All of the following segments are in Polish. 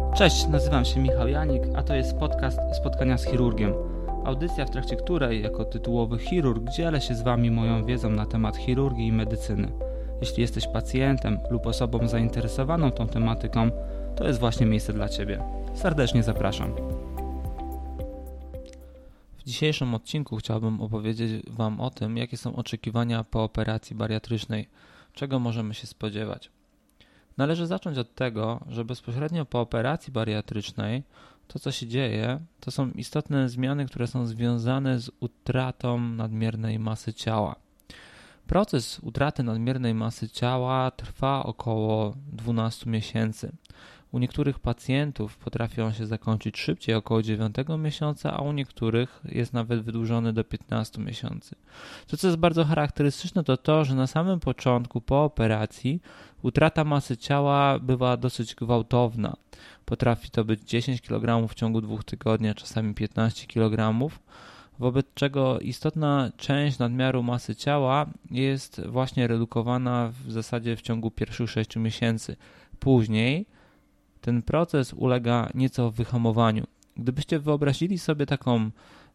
Cześć, nazywam się Michał Janik, a to jest podcast Spotkania z chirurgiem. Audycja, w trakcie której, jako tytułowy chirurg, dzielę się z Wami moją wiedzą na temat chirurgii i medycyny. Jeśli jesteś pacjentem lub osobą zainteresowaną tą tematyką, to jest właśnie miejsce dla Ciebie. Serdecznie zapraszam. W dzisiejszym odcinku chciałbym opowiedzieć Wam o tym, jakie są oczekiwania po operacji bariatrycznej, czego możemy się spodziewać. Należy zacząć od tego, że bezpośrednio po operacji bariatrycznej to, co się dzieje, to są istotne zmiany, które są związane z utratą nadmiernej masy ciała. Proces utraty nadmiernej masy ciała trwa około 12 miesięcy. U niektórych pacjentów potrafi on się zakończyć szybciej, około 9 miesiąca, a u niektórych jest nawet wydłużony do 15 miesięcy. To, co jest bardzo charakterystyczne, to to, że na samym początku po operacji utrata masy ciała bywa dosyć gwałtowna. Potrafi to być 10 kg w ciągu 2 tygodni, a czasami 15 kg, wobec czego istotna część nadmiaru masy ciała jest właśnie redukowana w zasadzie w ciągu pierwszych 6 miesięcy. Później ten proces ulega nieco wyhamowaniu. Gdybyście wyobrazili sobie taką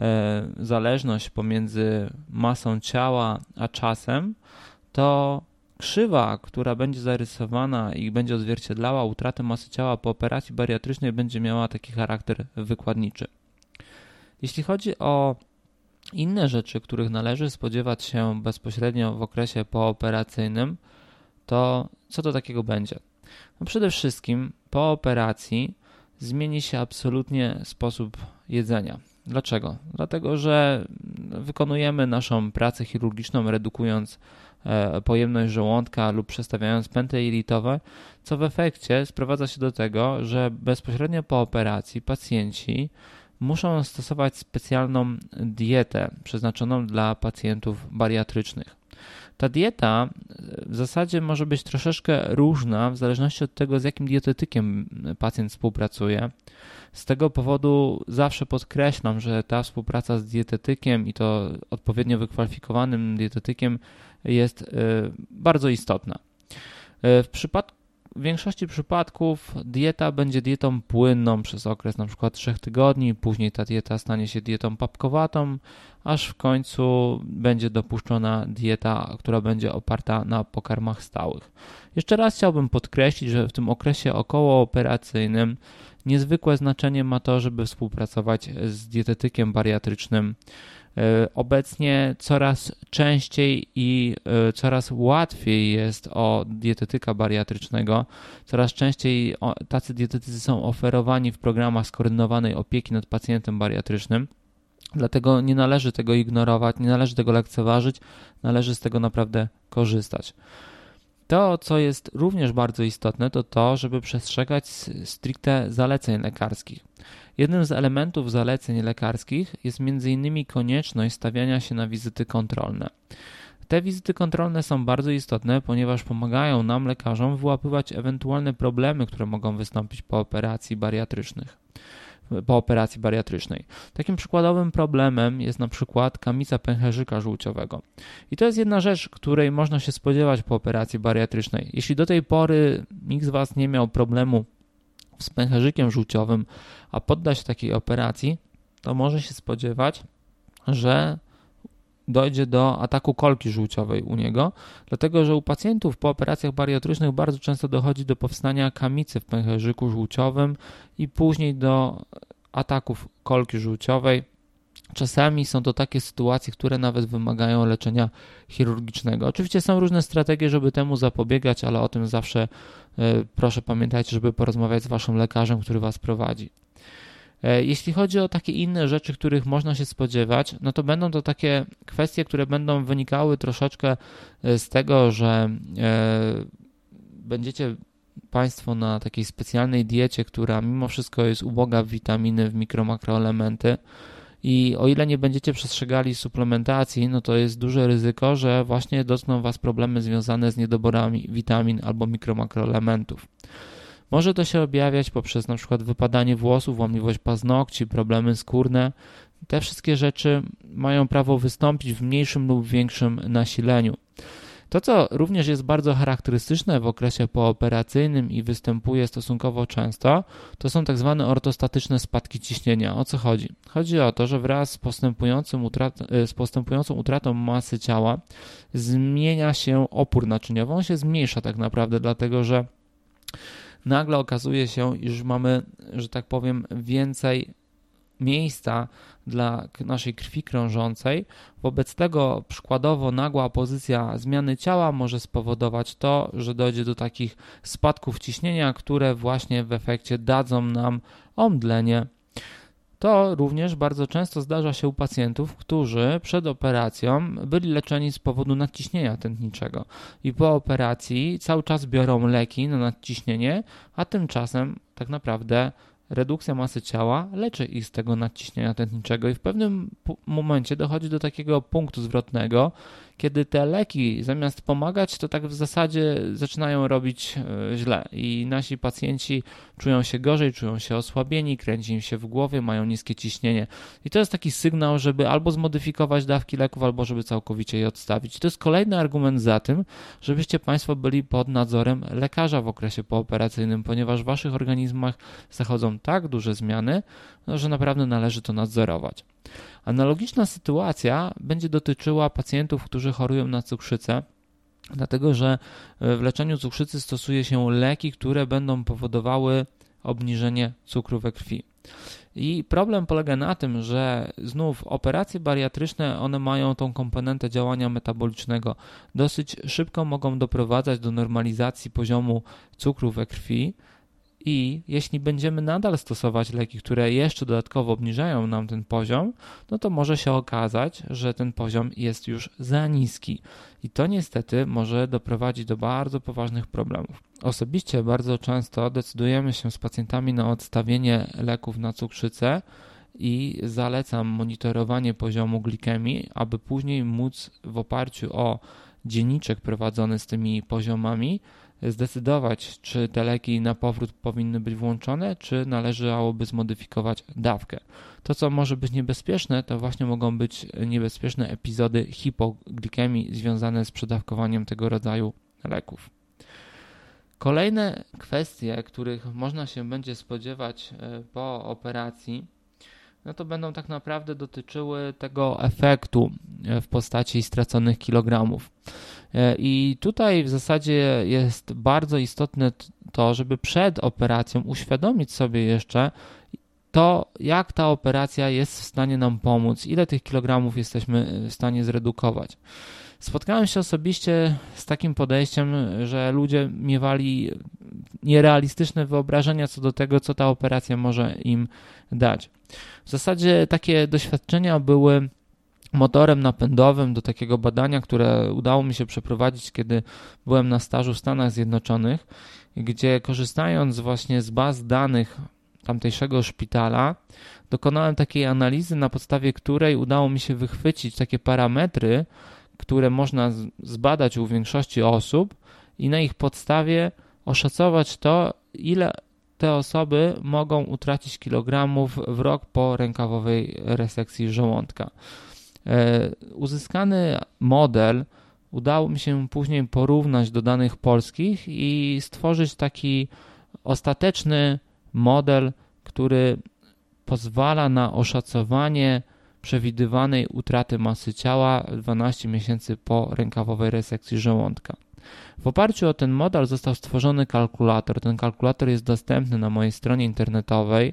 zależność pomiędzy masą ciała a czasem, to krzywa, która będzie zarysowana i będzie odzwierciedlała utratę masy ciała po operacji bariatrycznej, będzie miała taki charakter wykładniczy. Jeśli chodzi o inne rzeczy, których należy spodziewać się bezpośrednio w okresie pooperacyjnym, to co to takiego będzie? No przede wszystkim po operacji zmieni się absolutnie sposób jedzenia. Dlaczego? Dlatego, że wykonujemy naszą pracę chirurgiczną, redukując pojemność żołądka lub przestawiając pętle jelitowe, co w efekcie sprowadza się do tego, że bezpośrednio po operacji pacjenci muszą stosować specjalną dietę przeznaczoną dla pacjentów bariatrycznych. Ta dieta w zasadzie może być troszeczkę różna w zależności od tego, z jakim dietetykiem pacjent współpracuje. Z tego powodu zawsze podkreślam, że ta współpraca z dietetykiem i to odpowiednio wykwalifikowanym dietetykiem jest bardzo istotna. W większości przypadków dieta będzie dietą płynną przez okres np. 3 tygodni, później ta dieta stanie się dietą papkowatą, aż w końcu będzie dopuszczona dieta, która będzie oparta na pokarmach stałych. Jeszcze raz chciałbym podkreślić, że w tym okresie okołooperacyjnym niezwykłe znaczenie ma to, żeby współpracować z dietetykiem bariatrycznym. Obecnie coraz częściej i coraz łatwiej jest o dietetyka bariatrycznego. Coraz częściej tacy dietetycy są oferowani w programach skoordynowanej opieki nad pacjentem bariatrycznym. Dlatego nie należy tego ignorować, nie należy tego lekceważyć, należy z tego naprawdę korzystać. To, co jest również bardzo istotne, to to, żeby przestrzegać stricte zaleceń lekarskich. Jednym z elementów zaleceń lekarskich jest m.in. konieczność stawiania się na wizyty kontrolne. Te wizyty kontrolne są bardzo istotne, ponieważ pomagają nam, lekarzom, wyłapywać ewentualne problemy, które mogą wystąpić po operacji bariatrycznej. Takim przykładowym problemem jest na przykład kamica pęcherzyka żółciowego. I to jest jedna rzecz, której można się spodziewać po operacji bariatrycznej. Jeśli do tej pory nikt z Was nie miał problemu z pęcherzykiem żółciowym, a podda się takiej operacji, to może się spodziewać, że dojdzie do ataku kolki żółciowej u niego, dlatego że u pacjentów po operacjach bariatrycznych bardzo często dochodzi do powstania kamicy w pęcherzyku żółciowym i później do ataków kolki żółciowej. Czasami są to takie sytuacje, które nawet wymagają leczenia chirurgicznego. Oczywiście są różne strategie, żeby temu zapobiegać, ale o tym zawsze proszę pamiętajcie, żeby porozmawiać z Waszym lekarzem, który Was prowadzi. Jeśli chodzi o takie inne rzeczy, których można się spodziewać, no to będą to takie kwestie, które będą wynikały troszeczkę z tego, że będziecie Państwo na takiej specjalnej diecie, która mimo wszystko jest uboga w witaminy, w mikro-makroelementy i o ile nie będziecie przestrzegali suplementacji, no to jest duże ryzyko, że właśnie dotkną Was problemy związane z niedoborami witamin albo mikro-makroelementów. Może to się objawiać poprzez na przykład wypadanie włosów, łamliwość paznokci, problemy skórne. Te wszystkie rzeczy mają prawo wystąpić w mniejszym lub większym nasileniu. To, co również jest bardzo charakterystyczne w okresie pooperacyjnym i występuje stosunkowo często, to są tak zwane ortostatyczne spadki ciśnienia. O co chodzi? Chodzi o to, że wraz z postępującą utratą masy ciała zmienia się opór naczyniowy. On się zmniejsza tak naprawdę, dlatego że nagle okazuje się, iż mamy, że tak powiem, więcej miejsca dla naszej krwi krążącej. Wobec tego przykładowo nagła pozycja zmiany ciała może spowodować to, że dojdzie do takich spadków ciśnienia, które właśnie w efekcie dadzą nam omdlenie. To również bardzo często zdarza się u pacjentów, którzy przed operacją byli leczeni z powodu nadciśnienia tętniczego i po operacji cały czas biorą leki na nadciśnienie, a tymczasem tak naprawdę redukcja masy ciała leczy ich z tego nadciśnienia tętniczego i w pewnym momencie dochodzi do takiego punktu zwrotnego, kiedy te leki zamiast pomagać, to tak w zasadzie zaczynają robić źle i nasi pacjenci czują się gorzej, czują się osłabieni, kręci im się w głowie, mają niskie ciśnienie i to jest taki sygnał, żeby albo zmodyfikować dawki leków, albo żeby całkowicie je odstawić. I to jest kolejny argument za tym, żebyście Państwo byli pod nadzorem lekarza w okresie pooperacyjnym, ponieważ w Waszych organizmach zachodzą tak duże zmiany, że naprawdę należy to nadzorować. Analogiczna sytuacja będzie dotyczyła pacjentów, którzy chorują na cukrzycę, dlatego że w leczeniu cukrzycy stosuje się leki, które będą powodowały obniżenie cukru we krwi. I problem polega na tym, że znów operacje bariatryczne, one mają tą komponentę działania metabolicznego. Dosyć szybko mogą doprowadzać do normalizacji poziomu cukru we krwi i jeśli będziemy nadal stosować leki, które jeszcze dodatkowo obniżają nam ten poziom, no to może się okazać, że ten poziom jest już za niski i to niestety może doprowadzić do bardzo poważnych problemów. Osobiście bardzo często decydujemy się z pacjentami na odstawienie leków na cukrzycę i zalecam monitorowanie poziomu glikemii, aby później móc w oparciu o dzienniczek prowadzony z tymi poziomami zdecydować, czy te leki na powrót powinny być włączone, czy należałoby zmodyfikować dawkę. To, co może być niebezpieczne, to właśnie mogą być niebezpieczne epizody hipoglikemii związane z przedawkowaniem tego rodzaju leków. Kolejne kwestie, których można się będzie spodziewać po operacji, no to będą tak naprawdę dotyczyły tego efektu w postaci straconych kilogramów. I tutaj w zasadzie jest bardzo istotne to, żeby przed operacją uświadomić sobie jeszcze to, jak ta operacja jest w stanie nam pomóc, ile tych kilogramów jesteśmy w stanie zredukować. Spotkałem się osobiście z takim podejściem, że ludzie miewali nierealistyczne wyobrażenia co do tego, co ta operacja może im dać. W zasadzie takie doświadczenia były motorem napędowym do takiego badania, które udało mi się przeprowadzić, kiedy byłem na stażu w Stanach Zjednoczonych, gdzie korzystając właśnie z baz danych tamtejszego szpitala, dokonałem takiej analizy, na podstawie której udało mi się wychwycić takie parametry, które można zbadać u większości osób i na ich podstawie oszacować to, ile te osoby mogą utracić kilogramów w rok po rękawowej resekcji żołądka. Uzyskany model udało mi się później porównać do danych polskich i stworzyć taki ostateczny model, który pozwala na oszacowanie przewidywanej utraty masy ciała 12 miesięcy po rękawowej resekcji żołądka. W oparciu o ten model został stworzony kalkulator. Ten kalkulator jest dostępny na mojej stronie internetowej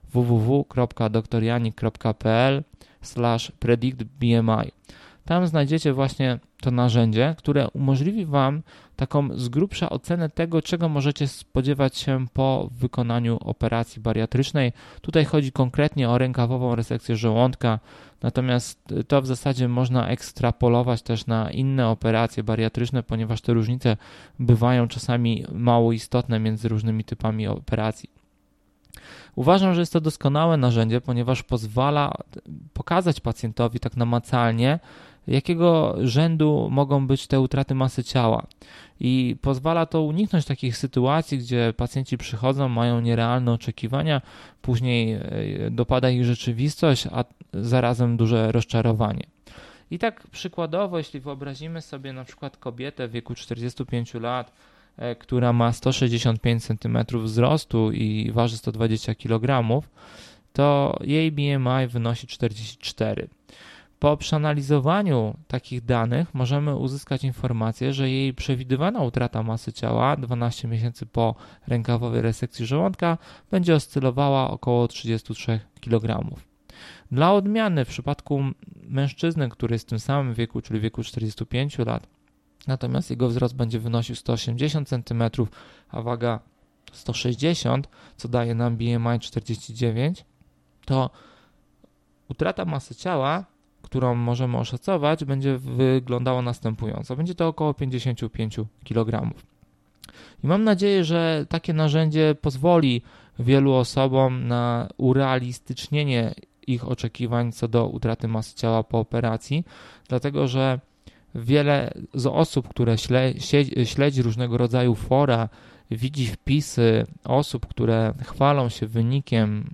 www.doktorianik.pl/predictBMI. Tam znajdziecie właśnie to narzędzie, które umożliwi Wam taką z grubsza ocenę tego, czego możecie spodziewać się po wykonaniu operacji bariatrycznej. Tutaj chodzi konkretnie o rękawową resekcję żołądka, natomiast to w zasadzie można ekstrapolować też na inne operacje bariatryczne, ponieważ te różnice bywają czasami mało istotne między różnymi typami operacji. Uważam, że jest to doskonałe narzędzie, ponieważ pozwala pokazać pacjentowi tak namacalnie, jakiego rzędu mogą być te utraty masy ciała i pozwala to uniknąć takich sytuacji, gdzie pacjenci przychodzą, mają nierealne oczekiwania, później dopada ich rzeczywistość, a zarazem duże rozczarowanie. I tak przykładowo, jeśli wyobrazimy sobie na przykład kobietę w wieku 45 lat, która ma 165 cm wzrostu i waży 120 kg, to jej BMI wynosi 44. Po przeanalizowaniu takich danych możemy uzyskać informację, że jej przewidywana utrata masy ciała 12 miesięcy po rękawowej resekcji żołądka będzie oscylowała około 33 kg. Dla odmiany w przypadku mężczyzny, który jest w tym samym wieku, czyli w wieku 45 lat, natomiast jego wzrost będzie wynosił 180 cm, a waga 160, co daje nam BMI 49, to utrata masy ciała, którą możemy oszacować, będzie wyglądało następująco. Będzie to około 55 kg. I mam nadzieję, że takie narzędzie pozwoli wielu osobom na urealistycznienie ich oczekiwań co do utraty masy ciała po operacji, dlatego że wiele z osób, które śledzi różnego rodzaju fora, widzi wpisy osób, które chwalą się wynikiem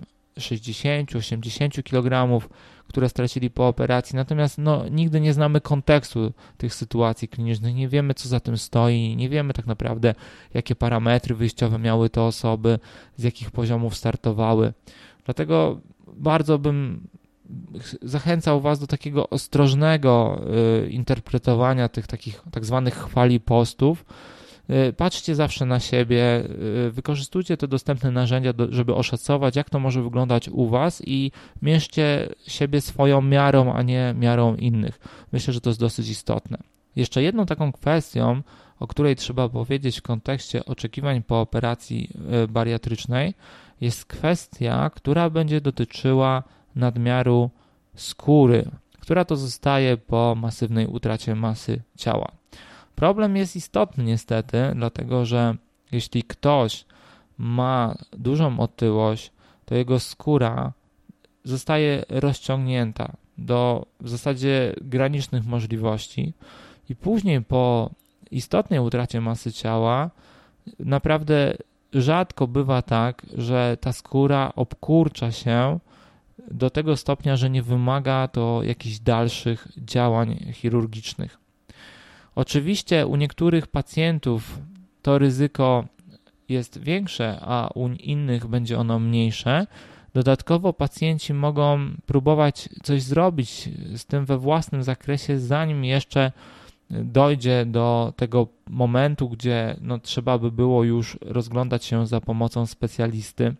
60-80 kg, które stracili po operacji, natomiast nigdy nie znamy kontekstu tych sytuacji klinicznych, nie wiemy, co za tym stoi, nie wiemy tak naprawdę, jakie parametry wyjściowe miały te osoby, z jakich poziomów startowały. Dlatego bardzo bym zachęcał Was do takiego ostrożnego interpretowania tych takich tak zwanych chwali postów. Patrzcie zawsze na siebie, wykorzystujcie te dostępne narzędzia, żeby oszacować, jak to może wyglądać u Was i mierzcie siebie swoją miarą, a nie miarą innych. Myślę, że to jest dosyć istotne. Jeszcze jedną taką kwestią, o której trzeba powiedzieć w kontekście oczekiwań po operacji bariatrycznej, jest kwestia, która będzie dotyczyła nadmiaru skóry, która to zostaje po masywnej utracie masy ciała. Problem jest istotny niestety, dlatego że jeśli ktoś ma dużą otyłość, to jego skóra zostaje rozciągnięta do w zasadzie granicznych możliwości i później po istotnej utracie masy ciała naprawdę rzadko bywa tak, że ta skóra obkurcza się do tego stopnia, że nie wymaga to jakichś dalszych działań chirurgicznych. Oczywiście u niektórych pacjentów to ryzyko jest większe, a u innych będzie ono mniejsze. Dodatkowo pacjenci mogą próbować coś zrobić z tym we własnym zakresie, zanim jeszcze dojdzie do tego momentu, gdzie trzeba by było już rozglądać się za pomocą specjalisty.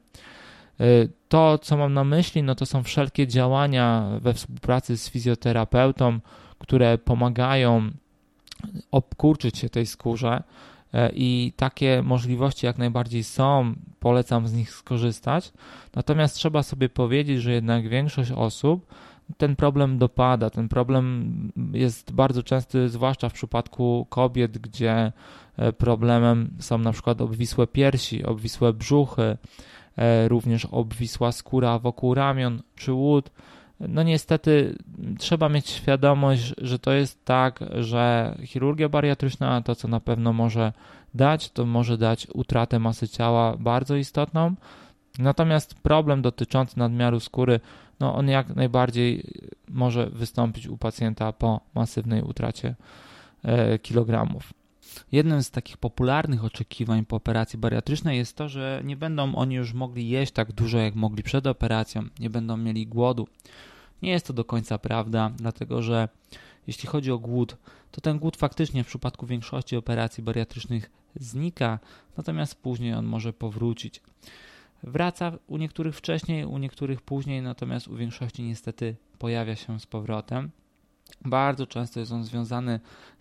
To, co mam na myśli, to są wszelkie działania we współpracy z fizjoterapeutą, które pomagają obkurczyć się tej skórze i takie możliwości jak najbardziej są, polecam z nich skorzystać. Natomiast trzeba sobie powiedzieć, że jednak większość osób ten problem dopada. Ten problem jest bardzo częsty, zwłaszcza w przypadku kobiet, gdzie problemem są na przykład obwisłe piersi, obwisłe brzuchy, również obwisła skóra wokół ramion czy łód. Niestety trzeba mieć świadomość, że to jest tak, że chirurgia bariatryczna to, co na pewno może dać, to może dać utratę masy ciała bardzo istotną. Natomiast problem dotyczący nadmiaru skóry, on jak najbardziej może wystąpić u pacjenta po masywnej utracie kilogramów. Jednym z takich popularnych oczekiwań po operacji bariatrycznej jest to, że nie będą oni już mogli jeść tak dużo, jak mogli przed operacją, nie będą mieli głodu. Nie jest to do końca prawda, dlatego że jeśli chodzi o głód, to ten głód faktycznie w przypadku większości operacji bariatrycznych znika, natomiast później on może powrócić. Wraca u niektórych wcześniej, u niektórych później, natomiast u większości niestety pojawia się z powrotem. Bardzo często jest on związany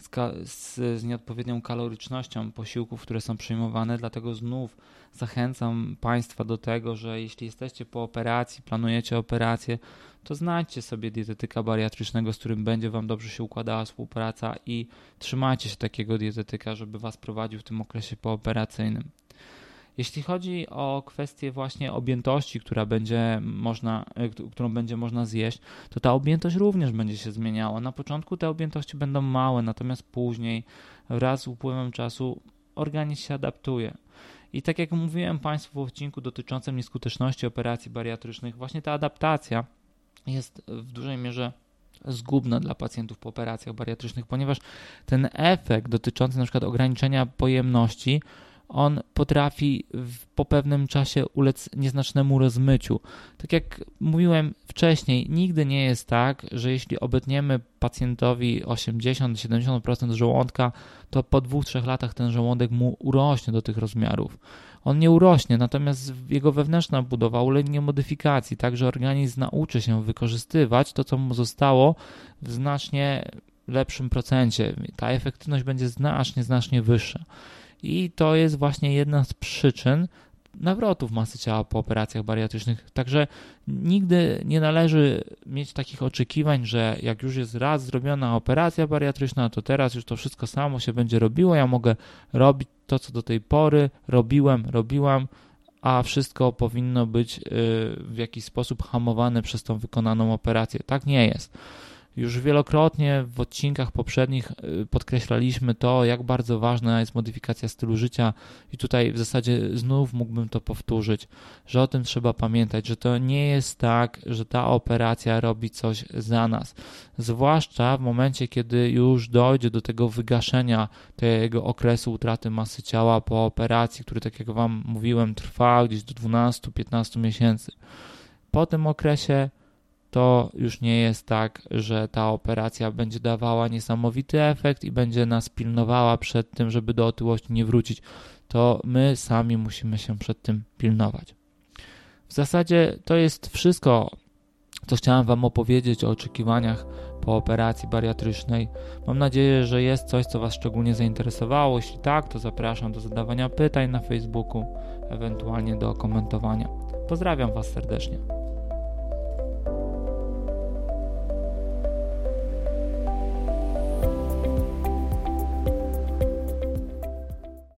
z nieodpowiednią kalorycznością posiłków, które są przyjmowane, dlatego znów zachęcam Państwa do tego, że jeśli jesteście po operacji, planujecie operację, to znajdźcie sobie dietetyka bariatrycznego, z którym będzie Wam dobrze się układała współpraca i trzymajcie się takiego dietetyka, żeby Was prowadził w tym okresie pooperacyjnym. Jeśli chodzi o kwestię właśnie objętości, którą będzie można zjeść, to ta objętość również będzie się zmieniała. Na początku te objętości będą małe, natomiast później wraz z upływem czasu organizm się adaptuje. I tak jak mówiłem Państwu w odcinku dotyczącym nieskuteczności operacji bariatrycznych, właśnie ta adaptacja jest w dużej mierze zgubna dla pacjentów po operacjach bariatrycznych, ponieważ ten efekt dotyczący na przykład ograniczenia pojemności, on potrafi po pewnym czasie ulec nieznacznemu rozmyciu. Tak jak mówiłem wcześniej, nigdy nie jest tak, że jeśli obetniemy pacjentowi 80-70% żołądka, to po 2-3 latach ten żołądek mu urośnie do tych rozmiarów. On nie urośnie, natomiast jego wewnętrzna budowa ulegnie modyfikacji, tak że organizm nauczy się wykorzystywać to, co mu zostało w znacznie lepszym procencie. Ta efektywność będzie znacznie wyższa. I to jest właśnie jedna z przyczyn nawrotów masy ciała po operacjach bariatrycznych. Także nigdy nie należy mieć takich oczekiwań, że jak już jest raz zrobiona operacja bariatryczna, to teraz już to wszystko samo się będzie robiło. Ja mogę robić to, co do tej pory robiłam, a wszystko powinno być w jakiś sposób hamowane przez tą wykonaną operację. Tak nie jest. Już wielokrotnie w odcinkach poprzednich podkreślaliśmy to, jak bardzo ważna jest modyfikacja stylu życia i tutaj w zasadzie znów mógłbym to powtórzyć, że o tym trzeba pamiętać, że to nie jest tak, że ta operacja robi coś za nas. Zwłaszcza w momencie, kiedy już dojdzie do tego wygaszenia tego okresu utraty masy ciała po operacji, który, tak jak Wam mówiłem, trwa gdzieś do 12-15 miesięcy. Po tym okresie to już nie jest tak, że ta operacja będzie dawała niesamowity efekt i będzie nas pilnowała przed tym, żeby do otyłości nie wrócić. To my sami musimy się przed tym pilnować. W zasadzie to jest wszystko, co chciałem Wam opowiedzieć o oczekiwaniach po operacji bariatrycznej. Mam nadzieję, że jest coś, co Was szczególnie zainteresowało. Jeśli tak, to zapraszam do zadawania pytań na Facebooku, ewentualnie do komentowania. Pozdrawiam Was serdecznie.